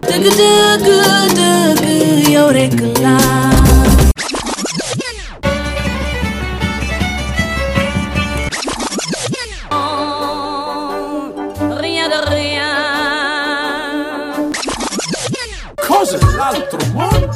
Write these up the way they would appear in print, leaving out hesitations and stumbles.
Cosa dell'altro mondo?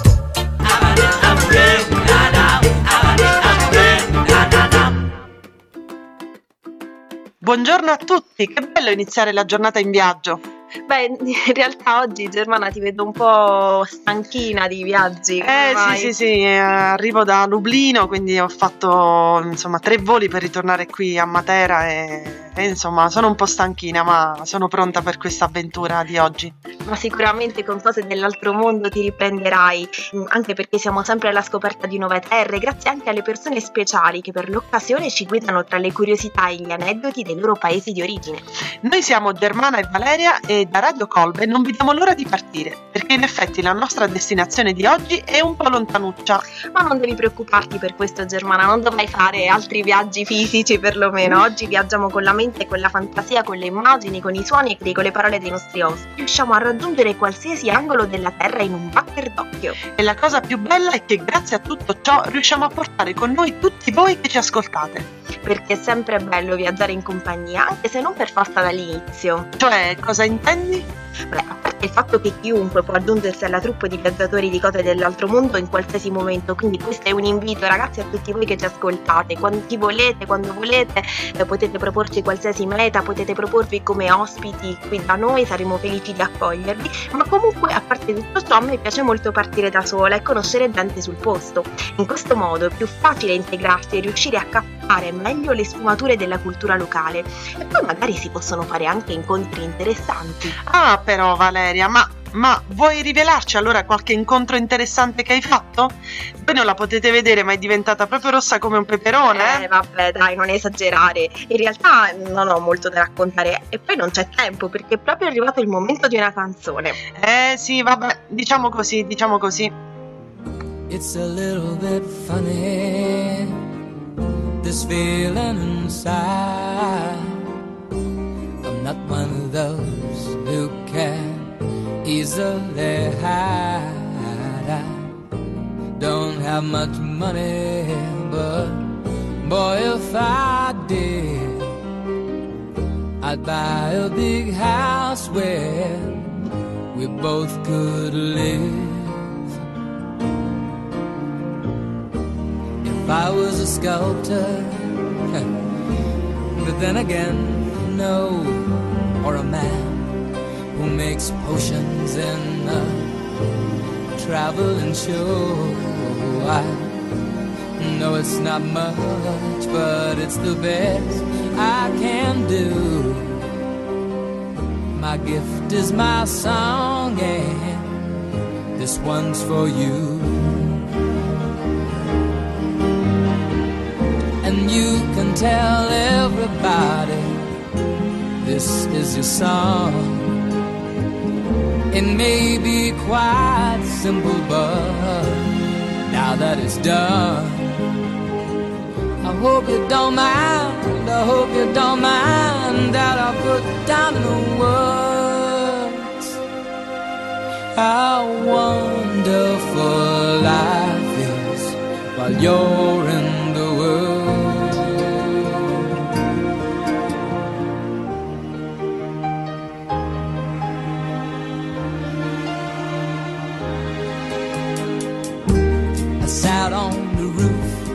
Buongiorno a tutti, che bello iniziare la giornata in viaggio. Beh, in realtà oggi, Germana, ti vedo un po' stanchina di viaggi. Sì, arrivo da Lublino, quindi ho fatto 3 voli per ritornare qui a Matera e insomma sono un po' stanchina, ma sono pronta per questa avventura di oggi. Ma sicuramente con cose dell'altro mondo ti riprenderai, anche perché siamo sempre alla scoperta di nuove terre, grazie anche alle persone speciali che per l'occasione ci guidano tra le curiosità e gli aneddoti dei loro paesi di origine. Noi siamo Germana e Valeria e da Radio Kolbe non vediamo l'ora di partire, perché in effetti la nostra destinazione di oggi è un po' lontanuccia. Ma non devi preoccuparti per questo, Germana, non dovrai fare altri viaggi fisici perlomeno. Oggi viaggiamo con la mente, con la fantasia, con le immagini, con i suoni e con le parole dei nostri ospiti. Riusciamo a raggiungere qualsiasi angolo della terra in un batter d'occhio. E la cosa più bella è che grazie a tutto ciò riusciamo a portare con noi tutti voi che ci ascoltate. Perché è sempre bello viaggiare in compagnia, anche se non per forza dall'inizio. Cioè, cosa intendi? Beh, a parte il fatto che chiunque può aggiungersi alla troupe di viaggiatori di cose dell'altro mondo in qualsiasi momento, quindi questo è un invito, ragazzi, a tutti voi che ci ascoltate. Quando volete, potete proporci qualsiasi meta, potete proporvi come ospiti qui da noi, saremo felici di accogliervi. Ma comunque, a parte tutto ciò, a me piace molto partire da sola e conoscere gente sul posto. In questo modo è più facile integrarsi e riuscire a captare meglio le sfumature della cultura locale, e poi magari si possono fare anche incontri interessanti. Ah, però Valeria, ma vuoi rivelarci allora qualche incontro interessante che hai fatto? Voi non la potete vedere, ma è diventata proprio rossa come un peperone. Vabbè, dai, non esagerare. In realtà non ho molto da raccontare e poi non c'è tempo perché è proprio arrivato il momento di una canzone. Sì, vabbè, diciamo così. It's a little bit funny, this feeling inside. I'm not one of those who can easily hide. I don't have much money, but boy, if I did, I'd buy a big house where we both could live. If I was a sculptor, but then again, no, or a man who makes potions in a traveling show. I know it's not much, but it's the best I can do. My gift is my song, and this one's for you. And you can tell everybody this is your song. It may be quite simple, but now that it's done, I hope you don't mind, that I put down in the words how wonderful life is while you're in the world. Sat on the roof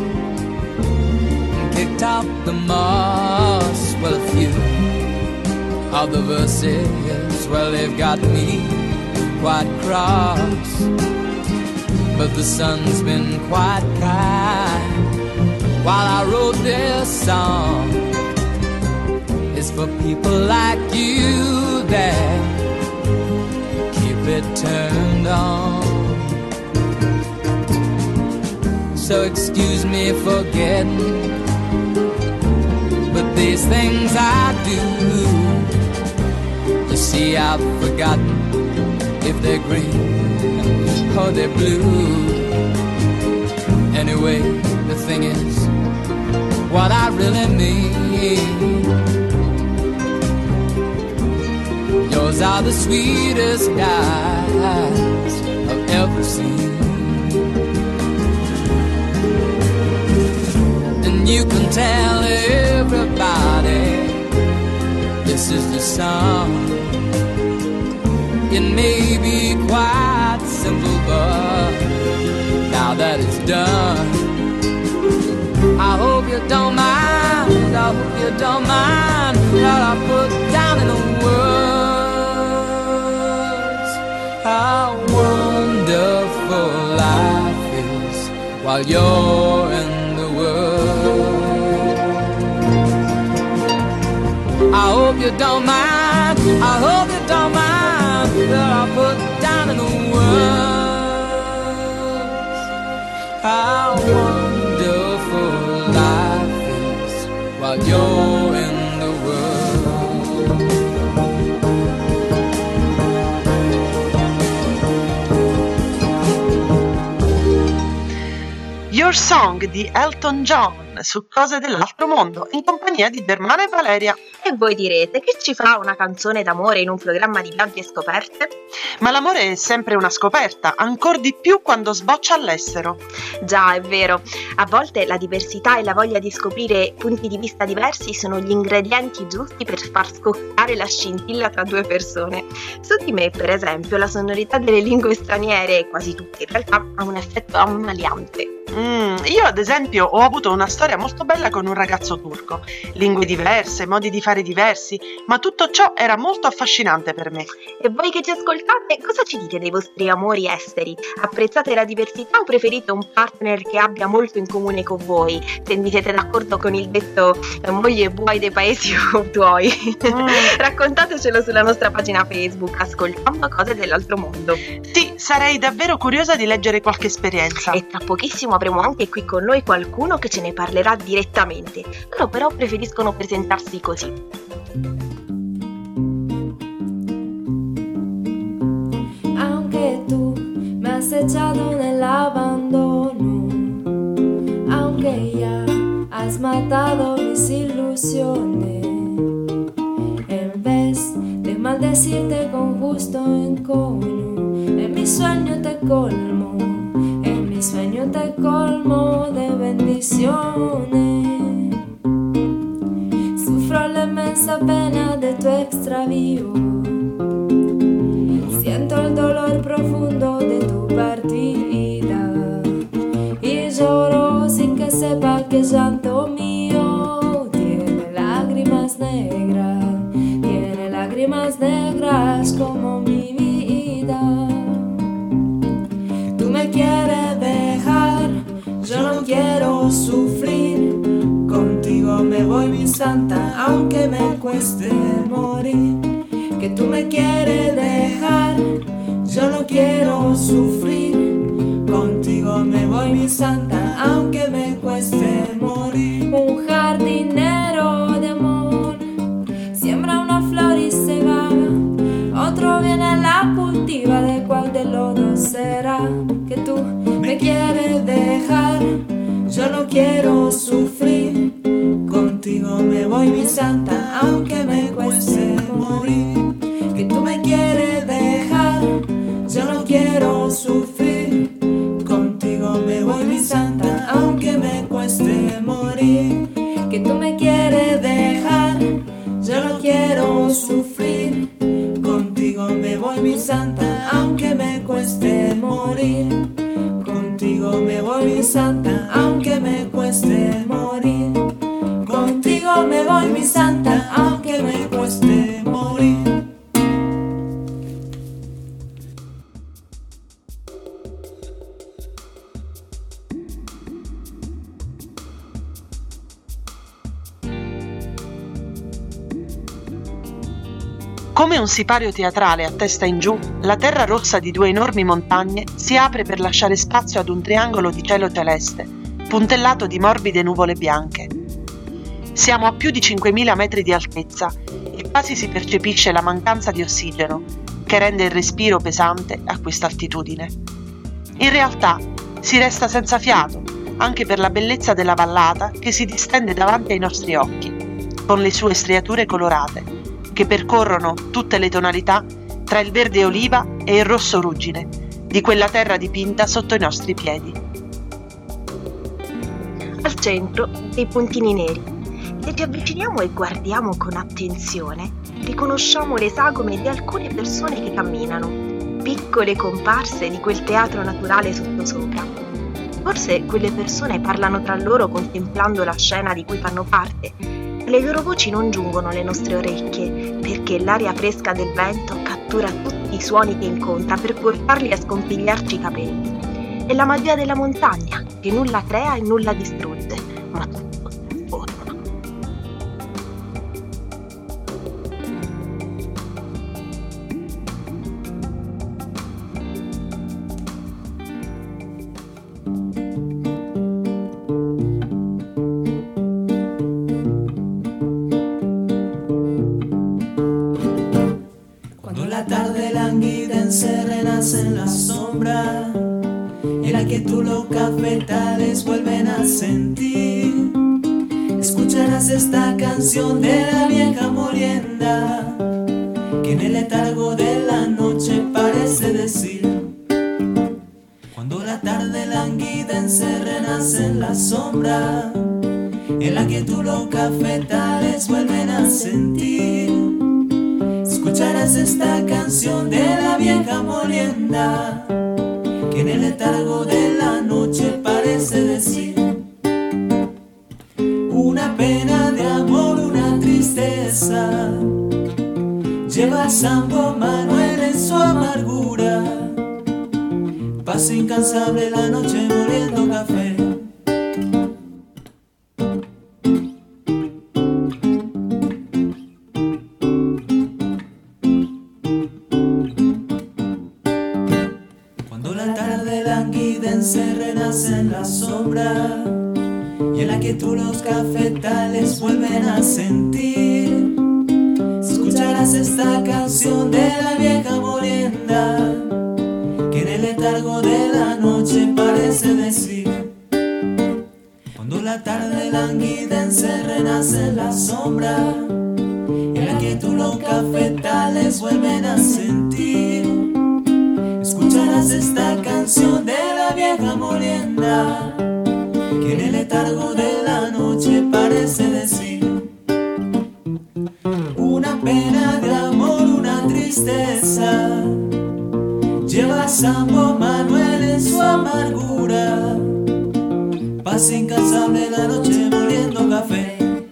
and kicked out the moss. Well, a few of the verses, well, they've got me quite cross, but the sun's been quite kind while I wrote this song. It's for people like you that keep it turned on. So excuse me for getting, but these things I do, you see, I've forgotten if they're green or they're blue. Anyway, the thing is, what I really mean, yours Yours are the sweetest eyes I've ever seen. And you can tell everybody this is the song. It may be quite simple, but now that it's done, I hope you don't mind, I hope you don't mind what I put down in the words. How wonderful life is while you're in the world. I hope you don't mind, I hope you don't mind that I put down in the words. How wonderful life is while you're in the world. Your Song di Elton John su Cose dell'altro mondo in compagnia di Germana e Valeria. E voi direte, che ci fa una canzone d'amore in un programma di viaggi e scoperte? Ma l'amore è sempre una scoperta, ancor di più quando sboccia all'estero. Già, è vero. A volte la diversità e la voglia di scoprire punti di vista diversi sono gli ingredienti giusti per far scoccare la scintilla tra due persone. Su di me, per esempio, la sonorità delle lingue straniere, quasi tutte in realtà, ha un effetto ammaliante. Io ad esempio ho avuto una storia molto bella con un ragazzo turco. Lingue diverse, modi di fare diversi, ma tutto ciò era molto affascinante per me. E voi che ci ascoltate, cosa ci dite dei vostri amori esteri? Apprezzate la diversità o preferite un partner che abbia molto in comune con voi? Se vi siete d'accordo con il detto moglie e buoi dei paesi tuoi? Raccontatecelo sulla nostra pagina Facebook Ascoltando Cose dell'altro mondo. Sì, sarei davvero curiosa di leggere qualche esperienza. E tra pochissimo avremo anche qui con noi qualcuno che ce ne parlerà direttamente. Loro però preferiscono presentarsi così. Aunque tú me has echado en el abandono, aunque ya has matado mis ilusiones, en vez de maldecirte con justo encono, en mi sueño te colmo, en mi sueño te colmo de bendiciones. Sufro la inmensa pena de tu extravío, siento el dolor profundo de tu partida y lloro sin que sepa que llanto mío tiene lágrimas negras como mi vida. Tú me quieres dejar, yo no quiero sufrir, contigo me voy mi santa aunque me cueste morir. Que tú me quieres dejar, yo no quiero sufrir, contigo me voy mi santa aunque me cueste morir. Un jardinero de amor siembra una flor y se va, otro viene la cultiva, de cuál de los dos será. Que tú me quieres dejar, yo no quiero sufrir, contigo me voy mi santa aunque me cueste morir. Que tú me quieres dejar, yo no quiero sufrir, contigo me voy mi santa aunque me cueste morir. Que tú me quieres dejar, yo no quiero sufrir, contigo me voy mi santa aunque me cueste morir. Contigo me voy mi santa aunque me cueste morir. Contigo me voy mi santa aunque me cueste morir. Come un sipario teatrale a testa in giù, la terra rossa di due enormi montagne si apre per lasciare spazio ad un triangolo di cielo celeste, puntellato di morbide nuvole bianche. Siamo a più di 5.000 metri di altezza e quasi si percepisce la mancanza di ossigeno, che rende il respiro pesante a questa altitudine. In realtà si resta senza fiato, anche per la bellezza della vallata che si distende davanti ai nostri occhi, con le sue striature colorate, che percorrono tutte le tonalità tra il verde oliva e il rosso ruggine di quella terra dipinta sotto i nostri piedi. Al centro dei puntini neri. Se ci avviciniamo e guardiamo con attenzione, riconosciamo le sagome di alcune persone che camminano, piccole comparse di quel teatro naturale sottosopra. Forse quelle persone parlano tra loro contemplando la scena di cui fanno parte. Le loro voci non giungono alle nostre orecchie, perché l'aria fresca del vento cattura tutti i suoni che incontra per portarli a scompigliarci i capelli. È la magia della montagna, che nulla crea e nulla distrugge, ma tutto trasforma. En la sombra en la que tú los cafetales vuelven a sentir. Escucharás esta canción de la vieja molienda que en el letargo de la noche parece decir: cuando la tarde languida se renace en la sombra en la que tú los cafetales vuelven a sentir. Escucharás esta canción de la vieja molienda que en el letargo de la noche parece decir: una pena de amor, una tristeza lleva Sambo Manuel en su amargura. Pasa incansable la noche moliendo café. Se renace en la sombra y en la que tú los cafetales vuelven a sentir. Escucharás esta canción de la vieja molienda que en el letargo de la noche parece decir: cuando la tarde languida se renace en la sombra y en la que tú los cafetales vuelven a sentir. Escucharás esta canción de la vieja molienda que en el letargo de la noche parece decir: una pena de amor, una tristeza lleva Sambo Manuel en su amargura. Pasa incansable la noche moliendo café.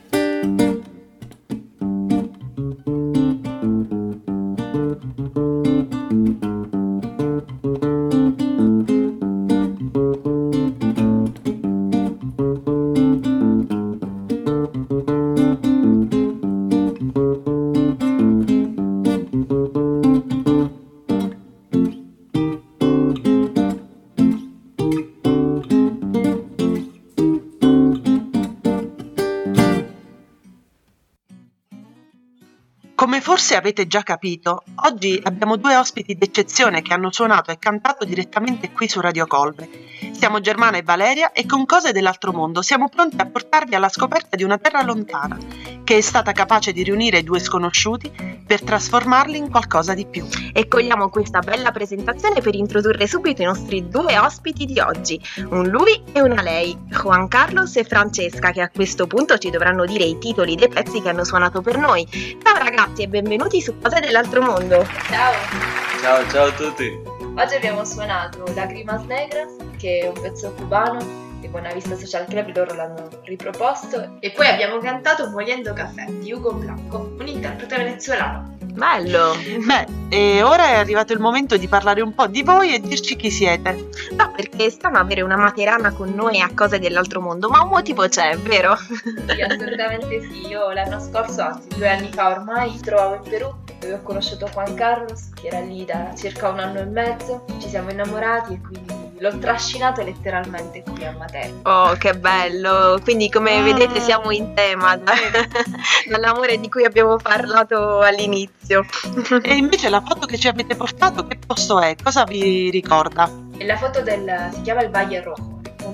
Come forse avete già capito, oggi abbiamo due ospiti d'eccezione che hanno suonato e cantato direttamente qui su Radio Colbe. Siamo Germana e Valeria e con Cose dell'altro mondo siamo pronti a portarvi alla scoperta di una terra lontana, che è stata capace di riunire due sconosciuti per trasformarli in qualcosa di più. E cogliamo questa bella presentazione per introdurre subito i nostri due ospiti di oggi, un lui e una lei, Juan Carlos e Francesca, che a questo punto ci dovranno dire i titoli dei pezzi che hanno suonato per noi. Ciao ragazzi e benvenuti su Cose dell'altro mondo. Ciao a tutti. Oggi abbiamo suonato Lágrimas Negras, che è un pezzo cubano di Buenavista Social Club, loro l'hanno riproposto, e poi abbiamo cantato Moliendo Café di Hugo Blanco, un interprete venezuelano. Bello! Beh, e ora è arrivato il momento di parlare un po' di voi e dirci chi siete. No, perché strano avere una materana con noi a Cose dell'altro mondo, ma un motivo c'è, vero? Sì, assolutamente sì. Io l'anno scorso, anzi 2 anni fa ormai, mi trovavo in Perù, dove ho conosciuto Juan Carlos, che era lì da circa 1 anno e mezzo. Ci siamo innamorati e quindi l'ho trascinato letteralmente qui a Matera. Oh, che bello! Quindi come vedete siamo in tema dall'amore di cui abbiamo parlato all'inizio. E invece la foto che ci avete portato, che posto è? Cosa vi ricorda? E la foto si chiama il Valle Rojo, un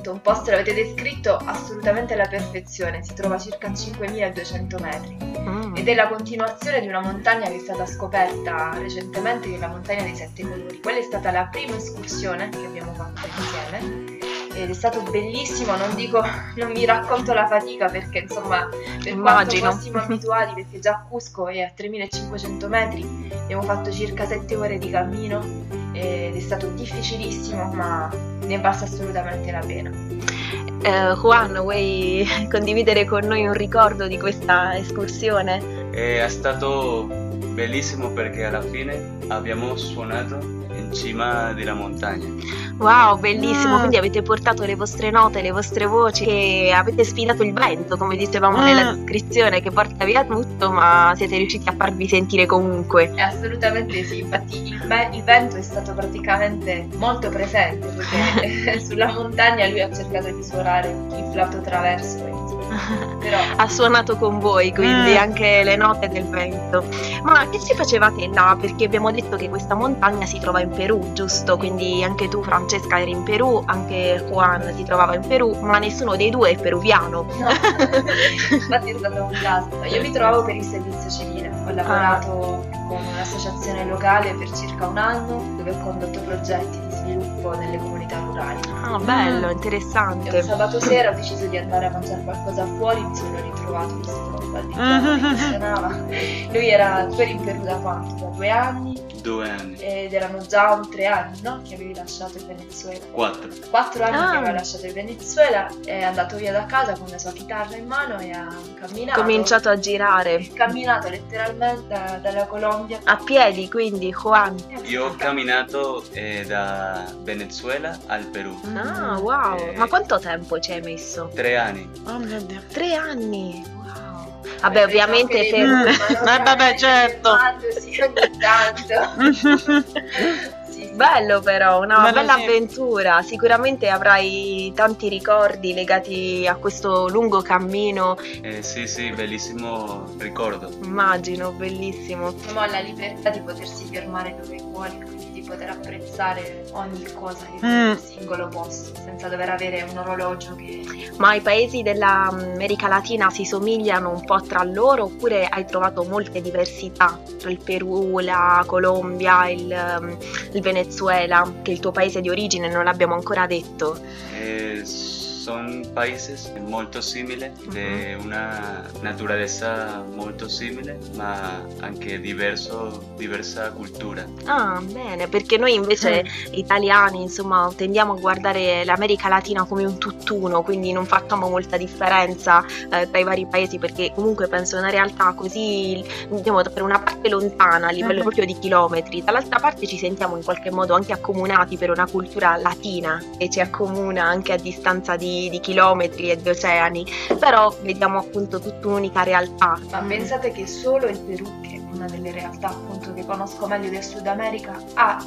appunto un posto, l'avete descritto assolutamente alla perfezione, si trova a circa 5200 metri ed è la continuazione di una montagna che è stata scoperta recentemente, che è la montagna dei 7 colori. Quella è stata la prima escursione che abbiamo fatto insieme ed è stato bellissimo, non mi racconto la fatica perché insomma per quanto fossimo abituati, perché già Cusco è a 3500 metri, abbiamo fatto circa 7 ore di cammino ed è stato difficilissimo, ma ne è valsa assolutamente la pena. Juan, vuoi condividere con noi un ricordo di questa escursione? È stato bellissimo perché alla fine abbiamo suonato in cima della montagna. Wow, bellissimo, quindi avete portato le vostre note, le vostre voci, che avete sfidato il vento, come dicevamo nella descrizione, che porta via tutto, ma siete riusciti a farvi sentire comunque. Assolutamente sì, infatti il vento è stato praticamente molto presente, perché sulla montagna lui ha cercato di suonare il flauto traverso, però ha suonato con voi, quindi anche le note del vento. Ma che ci facevate là? Perché abbiamo detto che questa montagna si trova in Perù, giusto? Quindi anche tu, Francesca, eri in Perù, anche Juan si trovava in Perù, ma nessuno dei due è peruviano. No, infatti è stato un caso. Io mi trovavo per il servizio civile, ho lavorato con un'associazione locale per circa un anno, dove ho condotto progetti di sviluppo nelle comunità rurali. Ah, bello, interessante. E un sabato sera ho deciso di andare a mangiare qualcosa fuori, mi sono ritrovato questo baldizzano che funzionava. Lui era in Perù da quanto? Da 2 anni? 2 anni. Ed erano già 3 anni, no? Che avevi lasciato il Venezuela. 4 anni che aveva lasciato il Venezuela, è andato via da casa con la sua chitarra in mano e ha camminato. Cominciato a girare. Ha camminato letteralmente dalla Colombia. A piedi, quindi, Juan. Io ho camminato da Venezuela al Perù. Ah, wow. Ma quanto tempo ci hai messo? 3 anni. Oh mio Dio. 3 anni. Wow. Vabbè, ovviamente vabbè, certo. Sì, ogni tanto. Bello però, una Bello, bella sì. avventura. Sicuramente avrai tanti ricordi legati a questo lungo cammino. Sì, bellissimo ricordo. Immagino, bellissimo. Siamo alla libertà di potersi fermare dove vuoi, quindi di poter apprezzare ogni cosa che è in singolo posto, senza dover avere un orologio che... Ma i paesi dell'America Latina si somigliano un po' tra loro, oppure hai trovato molte diversità tra il Perù, la Colombia, il Venezuela, che è il tuo paese di origine, non l'abbiamo ancora detto? Sono paesi molto simili, di una naturalezza molto simile, ma anche diversa cultura. Ah, bene, perché noi invece italiani, insomma, tendiamo a guardare l'America Latina come un tutt'uno, quindi non facciamo molta differenza tra i vari paesi, perché comunque penso una realtà così, diciamo, per una parte lontana a livello proprio di chilometri, dall'altra parte ci sentiamo in qualche modo anche accomunati per una cultura latina che ci accomuna anche a distanza di chilometri e di oceani, però vediamo appunto tutta un'unica realtà. Ma pensate che solo il Perù, che è una delle realtà appunto che conosco meglio del Sud America, ha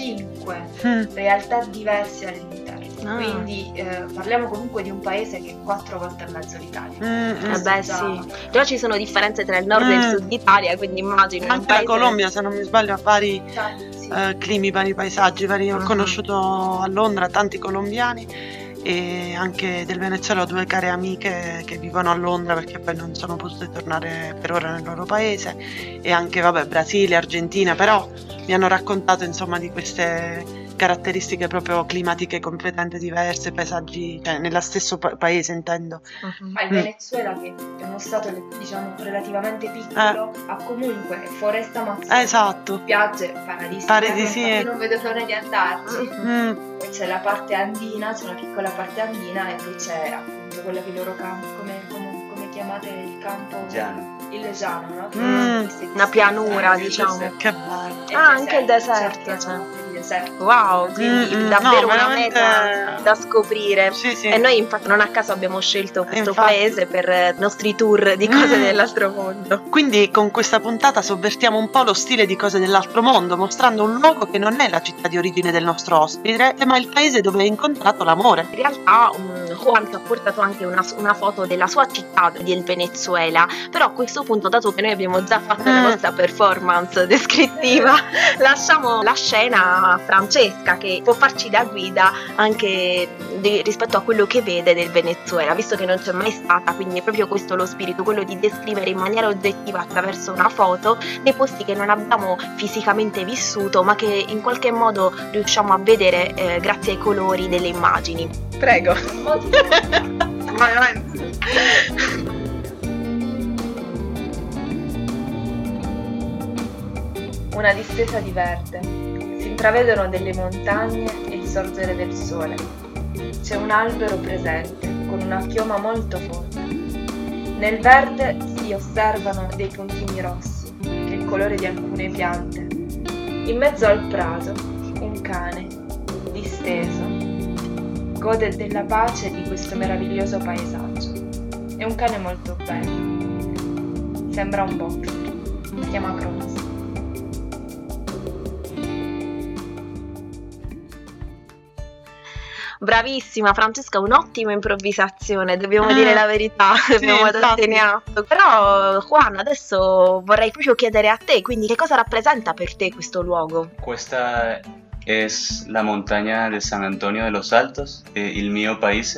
5 realtà diverse all'interno. Quindi parliamo comunque di un paese che è 4 volte e mezzo l'Italia. Beh sì, già ci sono differenze tra il nord e il sud Italia, quindi immagino anche la Colombia, se non mi sbaglio, ha vari climi, vari paesaggi, ho conosciuto a Londra tanti colombiani, e anche del Venezuela ho 2 care amiche che vivono a Londra perché poi non sono potute tornare per ora nel loro paese, e anche Brasile, Argentina, però mi hanno raccontato insomma di queste caratteristiche proprio climatiche completamente diverse, paesaggi, cioè nello stesso paese intendo. Ma il Venezuela, che è uno stato diciamo relativamente piccolo, ha comunque foresta amazzonica, esatto, spiagge paradisiache. Non vedo l'ora di andarci. Poi c'è la parte andina, c'è una piccola parte andina, e poi c'è appunto quella che loro come chiamate il campo? Llano. Il llano, no? Una pianura, diciamo. Che bello. Anche il deserto, cioè. Wow, quindi davvero una meta da scoprire. Sì. E noi infatti non a caso abbiamo scelto questo paese per i nostri tour di cose dell'altro mondo. Quindi con questa puntata sovvertiamo un po' lo stile di Cose dell'altro mondo, mostrando un luogo che non è la città di origine del nostro ospite, ma il paese dove hai incontrato l'amore. In realtà Juan ci ha portato anche una foto della sua città, del Venezuela, però a questo punto, dato che noi abbiamo già fatto la nostra performance descrittiva, lasciamo la scena a Francesca, che può farci da guida anche rispetto a quello che vede del Venezuela, visto che non c'è mai stata, quindi è proprio questo lo spirito, quello di descrivere in maniera oggettiva attraverso una foto dei posti che non abbiamo fisicamente vissuto, ma che in qualche modo riusciamo a vedere grazie ai colori delle immagini. Prego. Vai. Una distesa di verde. Si intravedono delle montagne e il sorgere del sole. C'è un albero presente, con una chioma molto forte. Nel verde si osservano dei puntini rossi, che è il colore di alcune piante. In mezzo al prato, un cane, disteso, gode della pace di questo meraviglioso paesaggio. È un cane molto bello. Sembra un boxer. Si chiama Cronos. Bravissima Francesca, un'ottima improvvisazione, dobbiamo dire la verità, dobbiamo dartene atto. Però Juan, adesso vorrei proprio chiedere a te, quindi che cosa rappresenta per te questo luogo? Questa è la montagna di San Antonio de los Altos, il mio paese.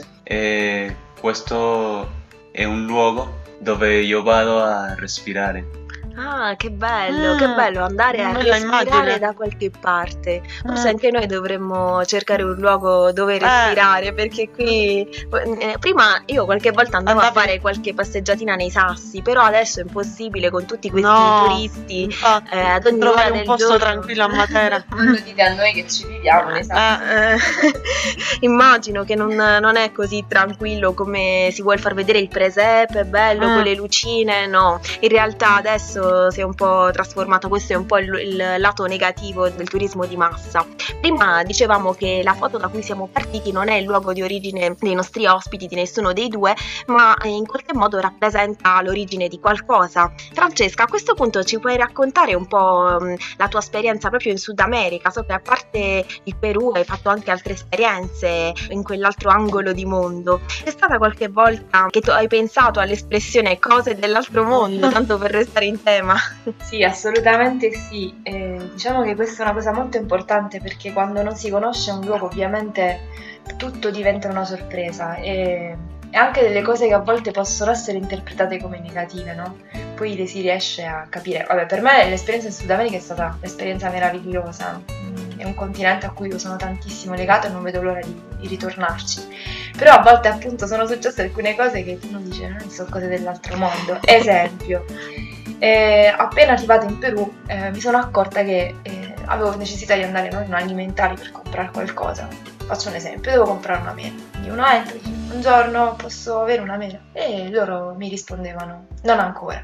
Questo è un luogo dove io vado a respirare. Ah, che bello andare a respirare da qualche parte. Forse anche noi dovremmo cercare un luogo dove respirare, perché qui prima io qualche volta andavo a fare qualche passeggiatina nei sassi, però adesso è impossibile con tutti questi turisti ad ogni ora del un posto giorno. tranquillo a Matera. Lo dite a noi che ci viviamo nei sassi. Immagino che non è così tranquillo come si vuol far vedere il presepe, bello, con le lucine, no. In realtà adesso si è un po' trasformato, questo è un po' il lato negativo del turismo di massa. Prima dicevamo che la foto da cui siamo partiti non è il luogo di origine dei nostri ospiti, di nessuno dei due, ma in qualche modo rappresenta l'origine di qualcosa. Francesca, a questo punto ci puoi raccontare un po' la tua esperienza proprio in Sud America? So che a parte il Perù hai fatto anche altre esperienze in quell'altro angolo di mondo. C'è stata qualche volta che tu hai pensato all'espressione cose dell'altro mondo, tanto per restare in tema? Sì, assolutamente sì. Diciamo che questa è una cosa molto importante, perché quando non si conosce un luogo ovviamente tutto diventa una sorpresa e anche delle cose che a volte possono essere interpretate come negative, no? Poi le si riesce a capire. Vabbè, per me l'esperienza in Sud America è stata un'esperienza meravigliosa. È un continente a cui io sono tantissimo legata e non vedo l'ora di ritornarci. Però a volte appunto sono successe alcune cose che uno dice non sono cose dell'altro mondo. Esempio, appena arrivata in Perù mi sono accorta che avevo necessità di andare in un alimentari per comprare qualcosa. Faccio un esempio, devo comprare una mela. Quindi uno entra e dice buongiorno, posso avere una mela? E loro mi rispondevano non ancora.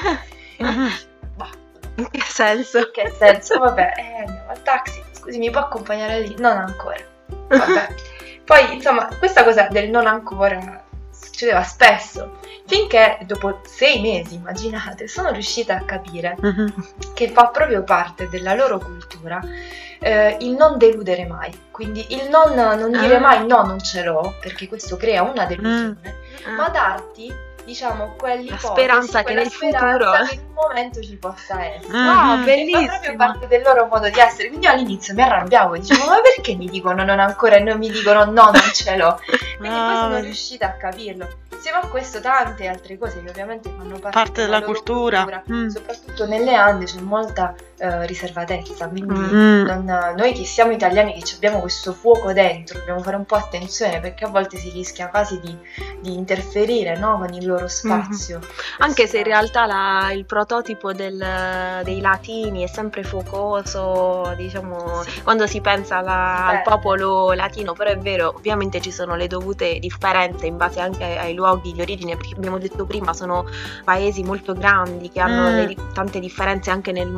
In che senso? In che senso? Vabbè, andiamo al taxi, scusi mi può accompagnare lì? Non ancora. Vabbè. Poi insomma questa cosa del non ancora succedeva spesso, finché dopo 6 mesi, immaginate, sono riuscita a capire che fa proprio parte della loro cultura il non deludere mai, quindi il non dire mai no, non ce l'ho, perché questo crea una delusione, ma darti, diciamo, speranza che nel futuro che in un momento ci possa essere. Bellissimo. Fa proprio parte del loro modo di essere. Quindi io all'inizio mi arrabbiavo e dicevo ma perché mi dicono non ancora e non mi dicono no, non ce l'ho? Quindi poi sono riuscita a capirlo. Insieme a questo tante altre cose che ovviamente fanno parte della cultura. Soprattutto nelle Ande c'è molta riservatezza, quindi noi che siamo italiani, che abbiamo questo fuoco dentro, dobbiamo fare un po' attenzione, perché a volte si rischia quasi di interferire, no, con il loro spazio. Anche se in realtà il prototipo dei latini è sempre focoso, diciamo, quando si pensa al popolo latino, però è vero, ovviamente ci sono le dovute differenze in base anche ai luoghi di origine, perché abbiamo detto prima sono paesi molto grandi che hanno tante differenze anche nel modo di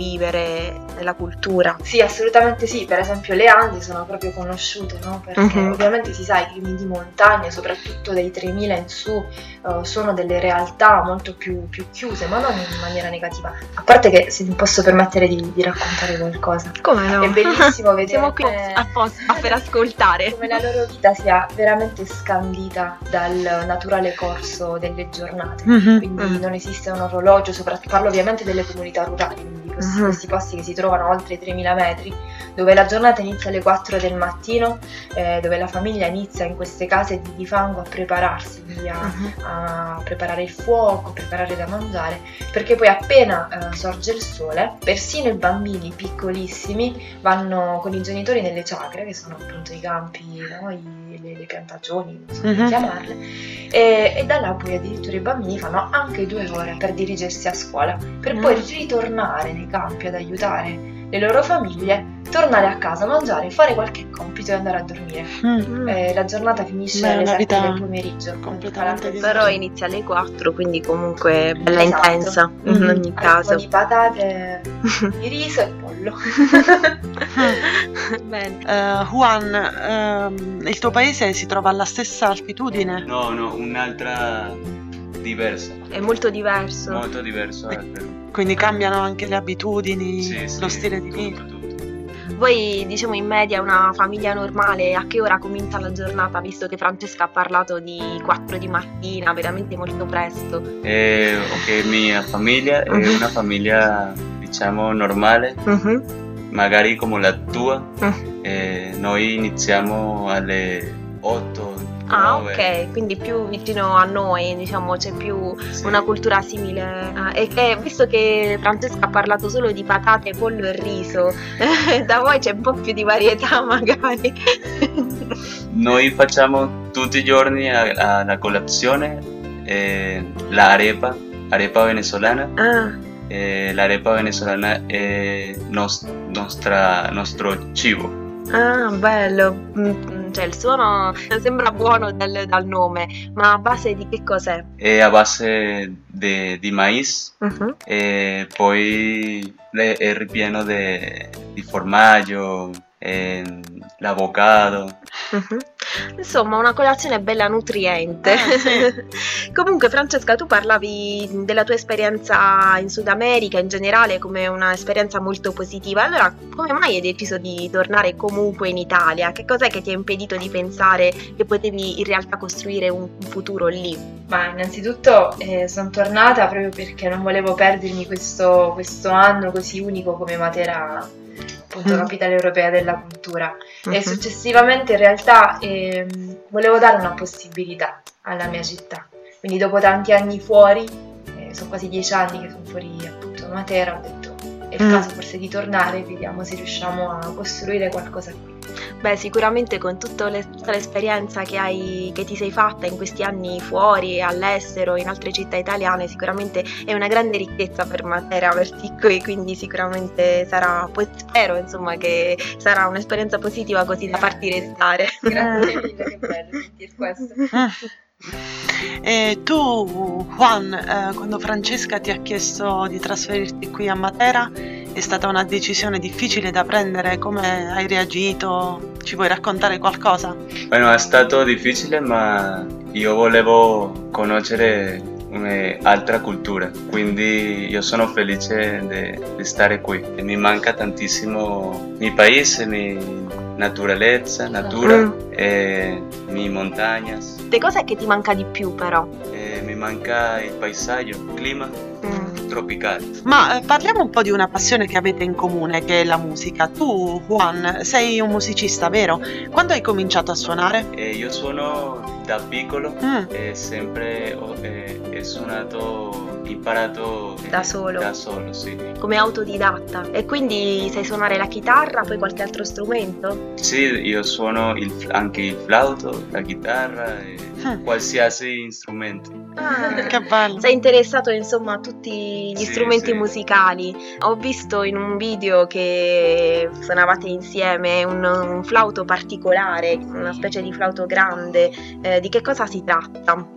vivere la cultura. Sì, assolutamente sì, per esempio le Andi sono proprio conosciute, no? Perché ovviamente si sa i climi di montagna, soprattutto dai 3000 in su, sono delle realtà molto più chiuse, ma non in maniera negativa. A parte che, se mi posso permettere di raccontare qualcosa. Come no? È bellissimo vedere Siamo qui apposta per ascoltare. come la loro vita sia veramente scandita dal naturale corso delle giornate. Quindi non esiste un orologio, soprattutto parlo ovviamente delle comunità rurali, quindi questi posti che si trovano oltre i 3000 metri, dove la giornata inizia alle 4 del mattino, dove la famiglia inizia in queste case di fango a prepararsi, quindi a preparare il fuoco, a preparare da mangiare, perché poi appena sorge il sole, persino i bambini piccolissimi vanno con i genitori nelle chacre, che sono appunto i campi, no? Le piantagioni, non so come chiamarle, e da là poi addirittura i bambini fanno anche 2 ore per dirigersi a scuola, per poi ritornare nei campi ad aiutare le loro famiglie, tornare a casa, mangiare, fare qualche compito e andare a dormire. La giornata finisce alle 7 del pomeriggio, completamente però inizia alle 4, quindi comunque bella Esatto. intensa in ogni caso. Di patate, di riso e pollo. Bene. Juan, il tuo paese si trova alla stessa altitudine? No, un'altra diversa. È molto diverso. Molto diverso dal Perù. Quindi cambiano anche le abitudini, Sì, lo stile di vita. tutto. Voi, diciamo, in media una famiglia normale a che ora comincia la giornata, visto che Francesca ha parlato di 4 di mattina, veramente molto presto? Ok, mia famiglia è una famiglia, diciamo, normale, magari come la tua. Noi iniziamo alle 8. Ah, ok, quindi più vicino a noi, diciamo, c'è più una cultura simile. E visto che Francesca ha parlato solo di patate, pollo e riso, da voi c'è un po' più di varietà magari. Noi facciamo tutti i giorni alla colazione arepa venezuelana. L'arepa venezuelana è nostro cibo. Ah, bello. Cioè il suono sembra buono dal nome, ma a base di che cos'è? È a base di mais, e poi è ripieno di formaggio, l'avocado. Insomma, una colazione bella nutriente. Comunque, Francesca, tu parlavi della tua esperienza in Sud America in generale come una esperienza molto positiva. Allora, come mai hai deciso di tornare comunque in Italia? Che cos'è che ti ha impedito di pensare che potevi in realtà costruire un futuro lì? Ma innanzitutto sono tornata proprio perché non volevo perdermi questo anno così unico come Matera, appunto capitale europea della cultura, e successivamente in realtà volevo dare una possibilità alla mia città, quindi dopo tanti anni fuori, sono quasi 10 anni che sono fuori appunto a Matera, ho detto è il caso forse di tornare, vediamo se riusciamo a costruire qualcosa qui. Beh, sicuramente con tutta l'esperienza che ti sei fatta in questi anni fuori, all'estero, in altre città italiane, sicuramente è una grande ricchezza per Matera averti qui, quindi sicuramente sarà, poi spero insomma che sarà un'esperienza positiva così da farti restare. Grazie mille, che bello sentir questo. E tu, Juan, quando Francesca ti ha chiesto di trasferirti qui a Matera, è stata una decisione difficile da prendere? Come hai reagito? Ci puoi raccontare qualcosa? Bueno, è stato difficile, ma io volevo conoscere un'altra cultura, quindi io sono felice di stare qui. E mi manca tantissimo il paese, natura, e le montagne. Che cos'è che ti manca di più però? Mi manca il paesaggio, il clima tropicale. Ma parliamo un po' di una passione che avete in comune, che è la musica. Tu, Juan, sei un musicista, vero? Quando hai cominciato a suonare? Io suono da piccolo e sempre ho suonato, imparato Da solo? Da solo, sì. Come autodidatta. E quindi sai suonare la chitarra, poi qualche altro strumento? Sì, io suono anche il flauto, la chitarra e qualsiasi strumento. Che bello! Sei interessato insomma a tutti gli strumenti musicali. Ho visto in un video che suonavate insieme un flauto particolare, una specie di flauto grande. Di che cosa si tratta? In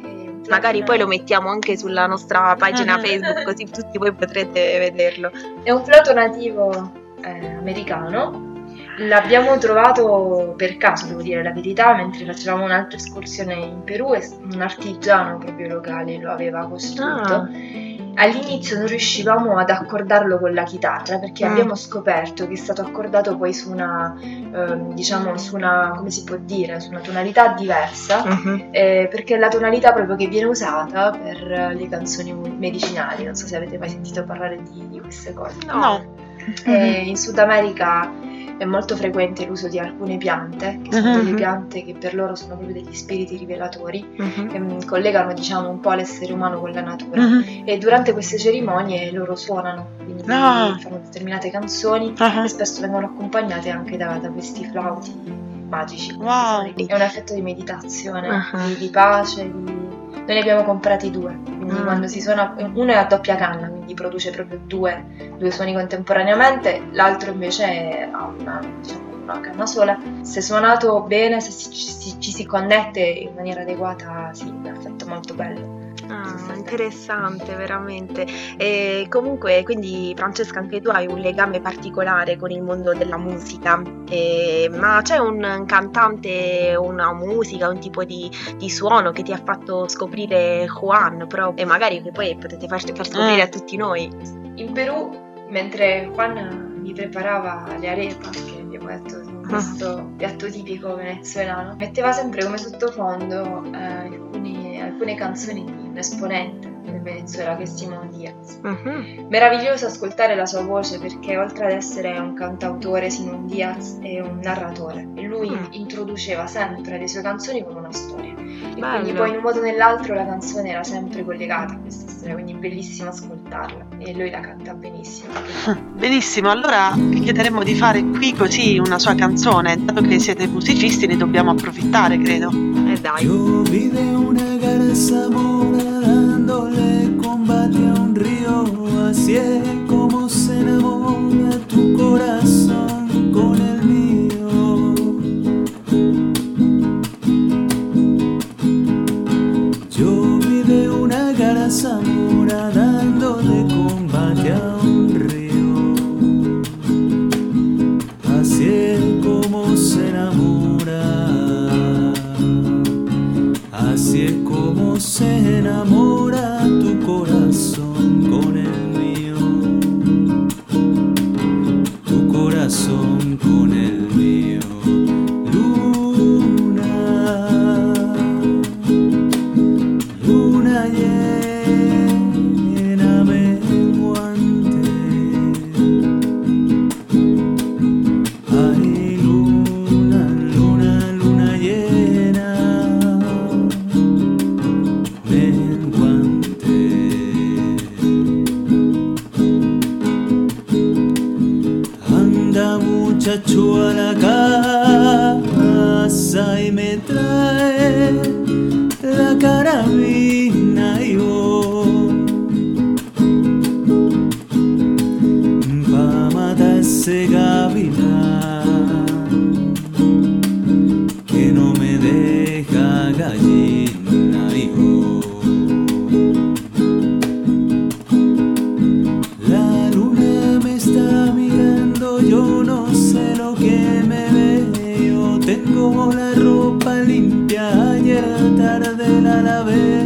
Magari poi lo mettiamo anche sulla nostra pagina Mhm. Facebook, così tutti voi potrete vederlo. È un flauto nativo americano. L'abbiamo trovato per caso, devo dire la verità, mentre facevamo un'altra escursione in Perù e un artigiano proprio locale lo aveva costruito. Ah. All'inizio non riuscivamo ad accordarlo con la chitarra perché abbiamo scoperto che è stato accordato poi su una, diciamo, su una, come si può dire, su una tonalità diversa, perché è la tonalità proprio che viene usata per le canzoni medicinali. Non so se avete mai sentito parlare di queste cose. No. In Sud America è molto frequente l'uso di alcune piante, che sono delle piante che per loro sono proprio degli spiriti rivelatori, che collegano, diciamo, un po' l'essere umano con la natura. E durante queste cerimonie loro suonano, quindi fanno determinate canzoni e spesso vengono accompagnate anche da questi flauti magici. Wow. È un effetto di meditazione, di pace, Noi ne abbiamo comprati 2, quindi quando si suona, uno è a doppia canna, quindi produce proprio due suoni contemporaneamente, l'altro invece ha una canna sola. Se suonato bene, se ci si connette in maniera adeguata, sì, è un effetto molto bello. Interessante, veramente. E comunque, quindi Francesca, anche tu hai un legame particolare con il mondo della musica, ma c'è un cantante, una musica, un tipo di suono che ti ha fatto scoprire Juan proprio, e magari che poi potete far scoprire a tutti noi? In Perù, mentre Juan mi preparava le arepas, che abbiamo detto questo piatto tipico venezuelano, metteva sempre come sottofondo alcune canzoni di un esponente del Venezuela che è Simón Díaz. Meraviglioso ascoltare la sua voce perché oltre ad essere un cantautore, Simón Díaz è un narratore e lui introduceva sempre le sue canzoni con una storia. E quindi poi in un modo o nell'altro la canzone era sempre collegata a questa storia, quindi è bellissimo ascoltarla e lui la canta benissimo. Benissimo, allora vi chiederemo di fare qui così una sua canzone, dato che siete musicisti ne dobbiamo approfittare, credo. Dai. Yo vi de una garza mora dándole combate a un río, así es como se enamora tu corazón con el mío. Yo vi de una garza mora dándole combate a un río, así es como se enamora. Así es como se enamora tu corazón con el mío, tu corazón con el mío. Luna, luna llena menguante, ay luna, luna, luna llena menguante. Anda muchacho a la casa y me trae la carabina y voy pa' matar ese gavilán que no me deja gallina y voy. La luna me está mirando, yo no sé lo que me ve. Yo tengo la ropa limpia, ayer tarde la lavé.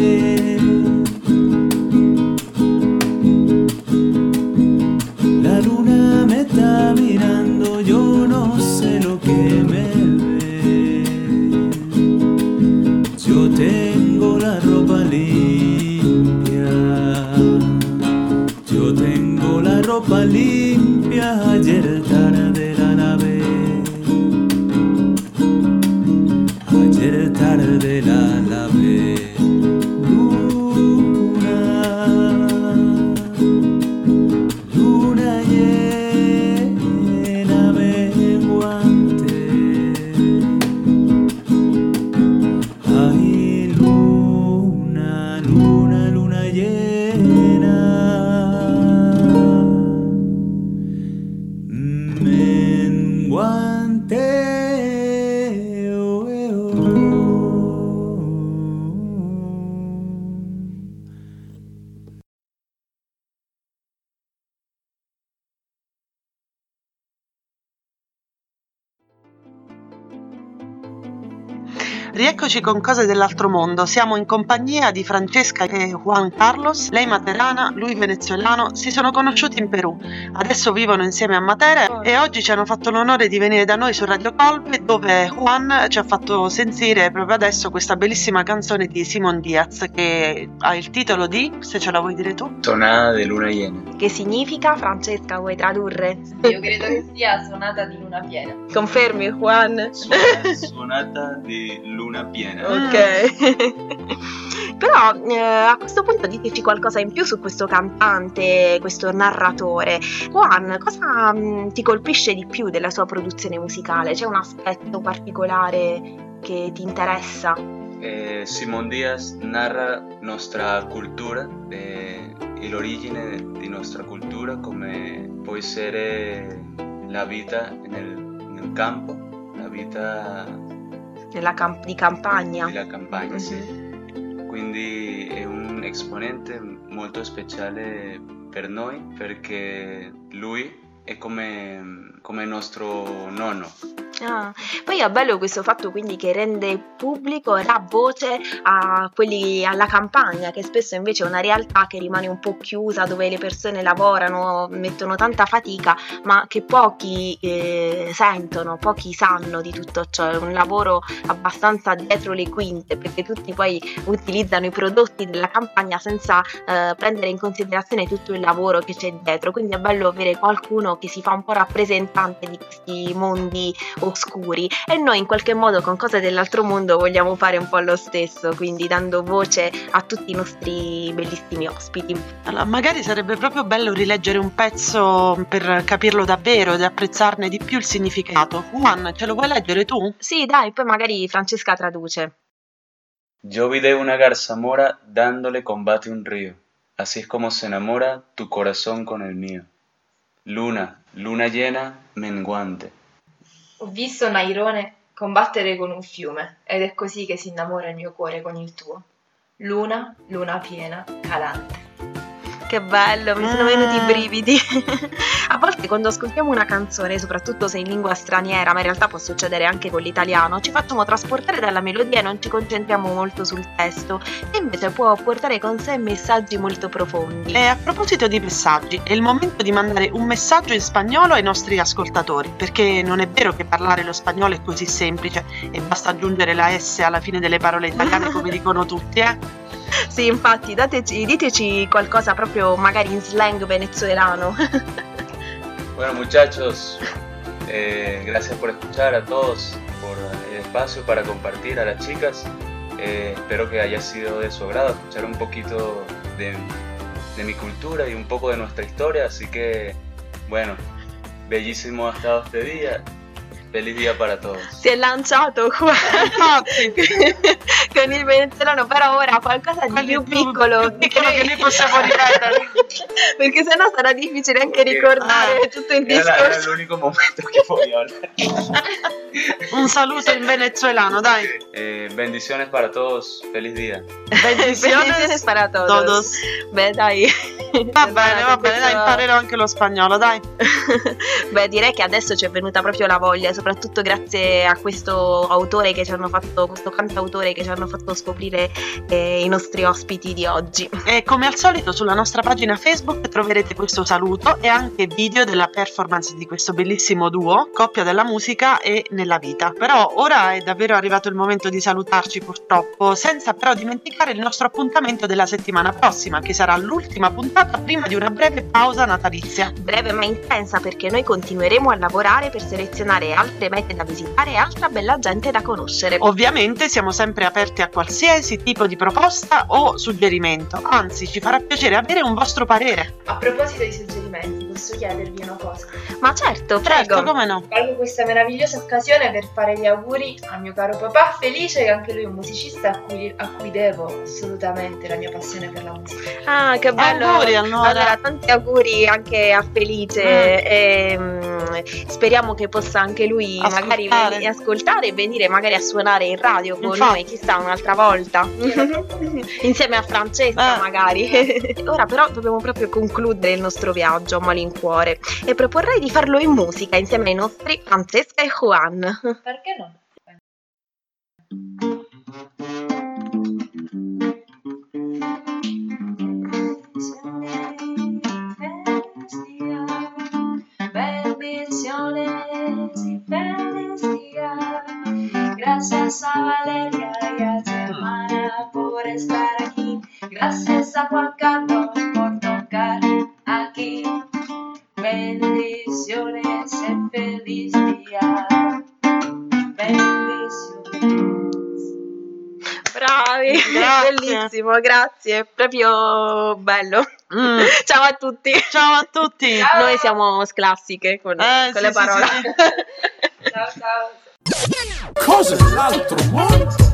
La luna me está mirando, yo no sé lo que me ve. Yo tengo la ropa limpia, yo tengo la ropa limpia, ayer tarde la lavé, ayer tarde la lavé. Luna, luna llena menguante, ay luna, luna, luna llena menguante. Oh, oh, oh. Rieccoci con Cose dell'altro mondo. Siamo in compagnia di Francesca e Juan Carlos. Lei materana, lui venezuelano. Si sono conosciuti in Perù. Adesso vivono insieme a Matera e oggi ci hanno fatto l'onore di venire da noi su Radio Colpe, dove Juan ci ha fatto sentire proprio adesso questa bellissima canzone di Simón Díaz che ha il titolo di, se ce la vuoi dire tu? Tonada de luna llena. Che significa, Francesca, vuoi tradurre? Io credo che sia Sonata di luna piena. Confermi, Juan? Sonata di luna piena. Ok. Però a questo punto diteci qualcosa in più su questo cantante, questo narratore. Juan, cosa ti colpisce di più della sua produzione musicale? C'è un aspetto particolare che ti interessa? Simón Díaz narra nostra cultura, l'origine di nostra cultura, come può essere la vita nel campo, la vita Di campagna. della campagna, sì. Quindi è un esponente molto speciale per noi perché lui è come nostro nonno. Poi è bello questo fatto quindi che rende pubblico, dà voce a quelli alla campagna, che spesso invece è una realtà che rimane un po' chiusa, dove le persone lavorano, mettono tanta fatica, ma che pochi sentono, pochi sanno di tutto ciò. È un lavoro abbastanza dietro le quinte, perché tutti poi utilizzano i prodotti della campagna senza prendere in considerazione tutto il lavoro che c'è dietro. Quindi è bello avere qualcuno che si fa un po' rappresentante di questi mondi oscuri, e noi in qualche modo con Cose dell'altro mondo vogliamo fare un po' lo stesso, quindi dando voce a tutti i nostri bellissimi ospiti. Allora, magari sarebbe proprio bello rileggere un pezzo per capirlo davvero ed apprezzarne di più il significato. Juan, ce lo vuoi leggere tu? Sì, dai, poi magari Francesca traduce. Yo vi de una garzamora dándole combate un río, así es como se enamora tu corazón con el mío. Luna, luna llena, menguante. Ho visto Nairone combattere con un fiume ed è così che si innamora il mio cuore con il tuo. Luna, luna piena, calante. Che bello, mi sono venuti i brividi. A volte quando ascoltiamo una canzone, soprattutto se in lingua straniera, ma in realtà può succedere anche con l'italiano, ci facciamo trasportare dalla melodia e non ci concentriamo molto sul testo, e invece può portare con sé messaggi molto profondi. E a proposito di messaggi, è il momento di mandare un messaggio in spagnolo ai nostri ascoltatori, perché non è vero che parlare lo spagnolo è così semplice e basta aggiungere la S alla fine delle parole italiane come dicono tutti, Sì, infatti, diteci qualcosa proprio magari in slang venezuelano. Bueno, muchachos, gracias por escuchar, a todos, por el espacio para compartir, a las chicas. Espero que haya sido de su agrado escuchar un poquito de mi cultura y un poco de nuestra historia. Así que, bueno, bellísimo ha estado este día. Feliz día para todos. Si è lanciato qua con il venezuelano, però ora qualcosa di più piccolo che noi possiamo ripetere, perché sennò sarà difficile anche ricordare tutto il discorso. Era l'unico momento che voglio hablar. Un saluto in venezuelano, dai. Bendiciones para todos. Feliz día. Bendiciones para todos. Beh, dai. Va bene, dai, imparerò anche lo spagnolo, dai. Beh, direi che adesso ci è venuta proprio la voglia, soprattutto grazie a questo autore che ci hanno fatto, questo cantautore che ci hanno fatto scoprire i nostri ospiti di oggi. E come al solito sulla nostra pagina Facebook troverete questo saluto e anche video della performance di questo bellissimo duo, coppia della musica e nella vita. Però ora è davvero arrivato il momento di salutarci, purtroppo, senza però dimenticare il nostro appuntamento della settimana prossima, che sarà l'ultima puntata prima di una breve pausa natalizia. Breve ma intensa, perché noi continueremo a lavorare per selezionare altre mete da visitare e altra bella gente da conoscere. Ovviamente siamo sempre aperti a qualsiasi tipo di proposta o suggerimento, anzi ci farà piacere avere un vostro parere. A proposito di suggerimenti, posso chiedervi una cosa? Ma certo, prego. Certo, come no? Colgo questa meravigliosa occasione per fare gli auguri al mio caro papà, felice che anche lui è un musicista a cui devo assolutamente la mia passione per la musica. Ah, che bello. Auguri, allora. Tanti auguri anche a Felice. E, speriamo che possa anche lui magari ascoltare e venire magari a suonare in radio con noi, chissà, un'altra volta. Insieme a Francesca magari. Ora però dobbiamo proprio concludere il nostro viaggio a malincuore e proporrei di farlo in musica insieme ai nostri Francesca e Juan. Perché no? Gracias a Valeria y a su hermana por estar aquí. Gracias a Juan Carlos por tocar aquí. Bendiciones e feliz día. Bendiciones. Bravi, Grazie. bellissimo, grazie, proprio bello. Mm. Ciao a tutti. Ciao a tutti. Ciao. Noi siamo sclassiche con Sì, le sì, parole. sì, sì. Ciao ciao. Cose dell'altro mondo.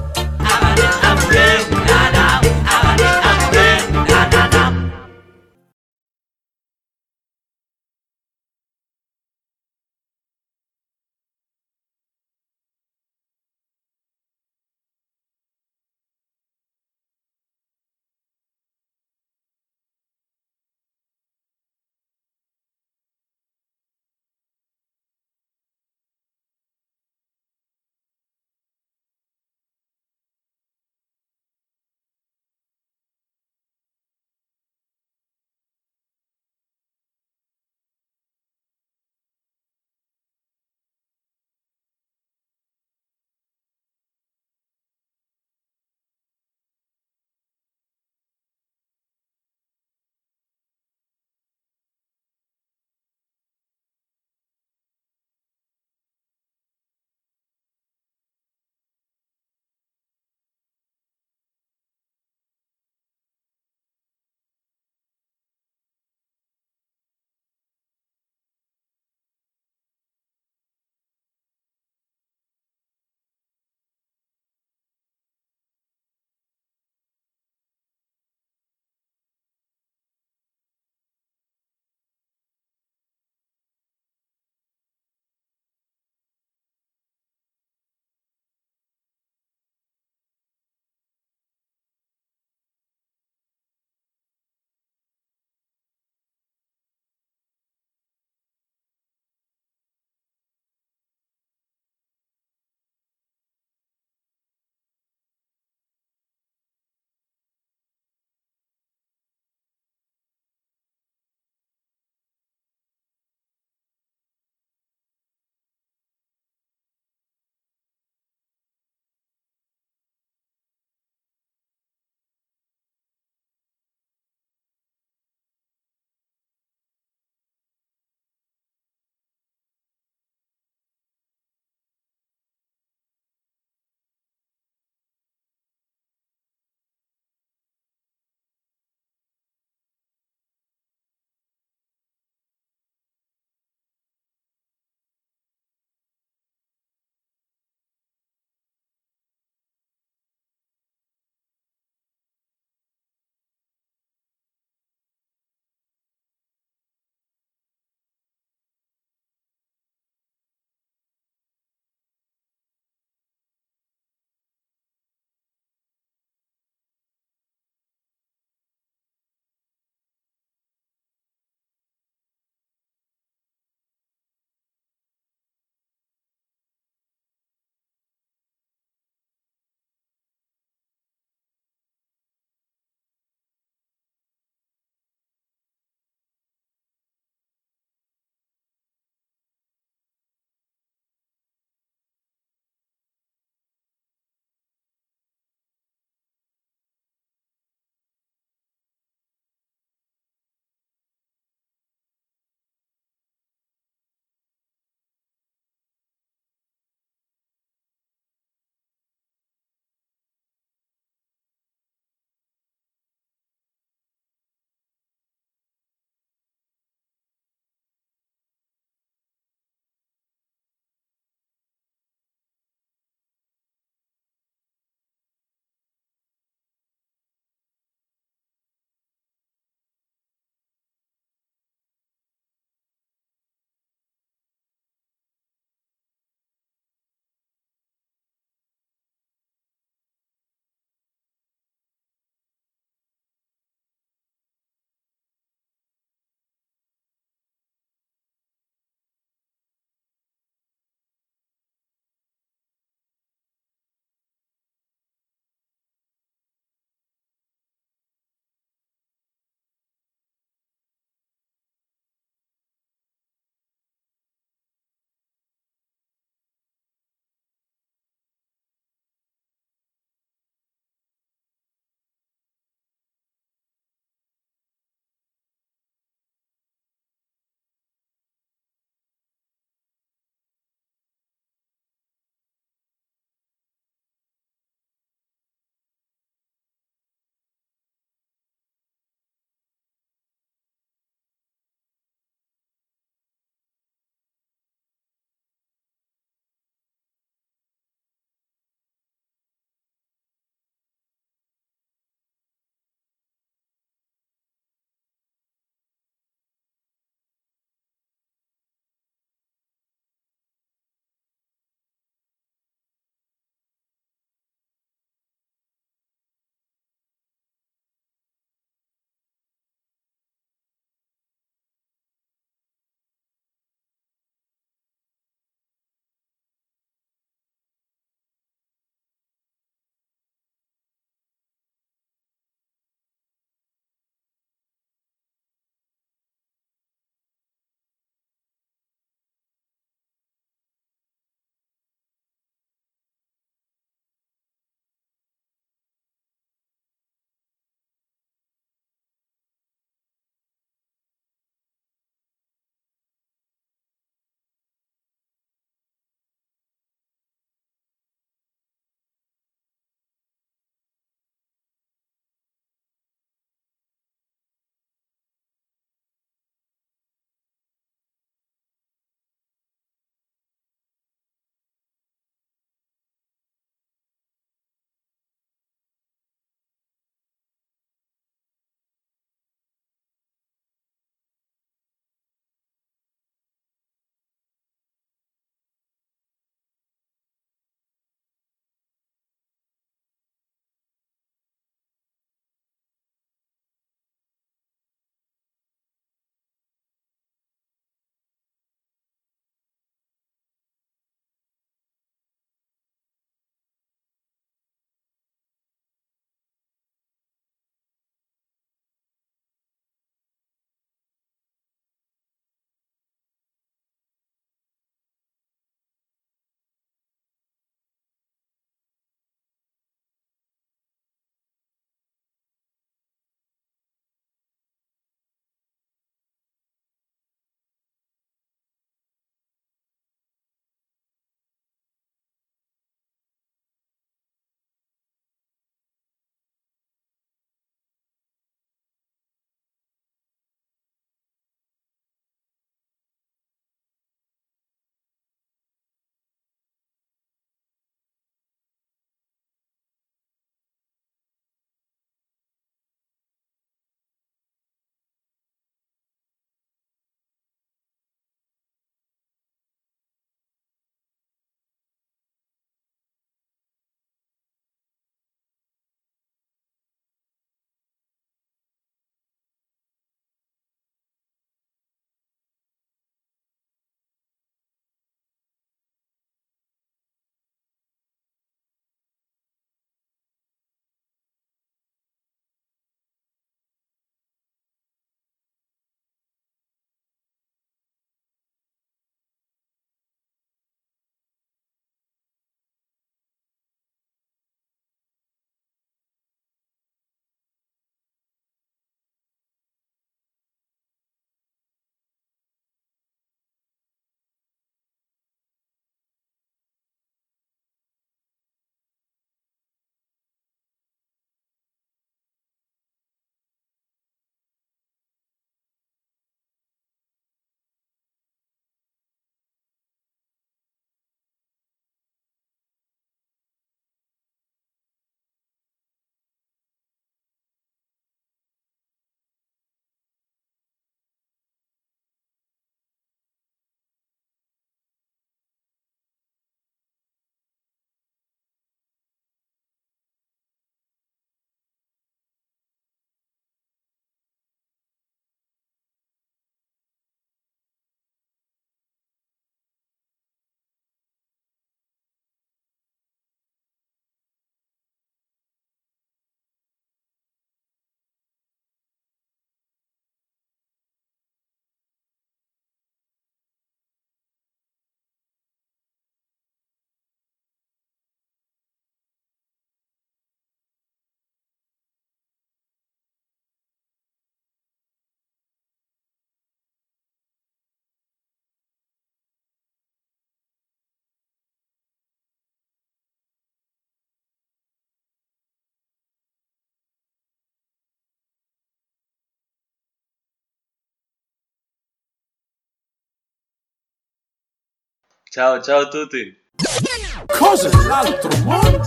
Ciao, ciao a tutti. Cose dell'altro mondo.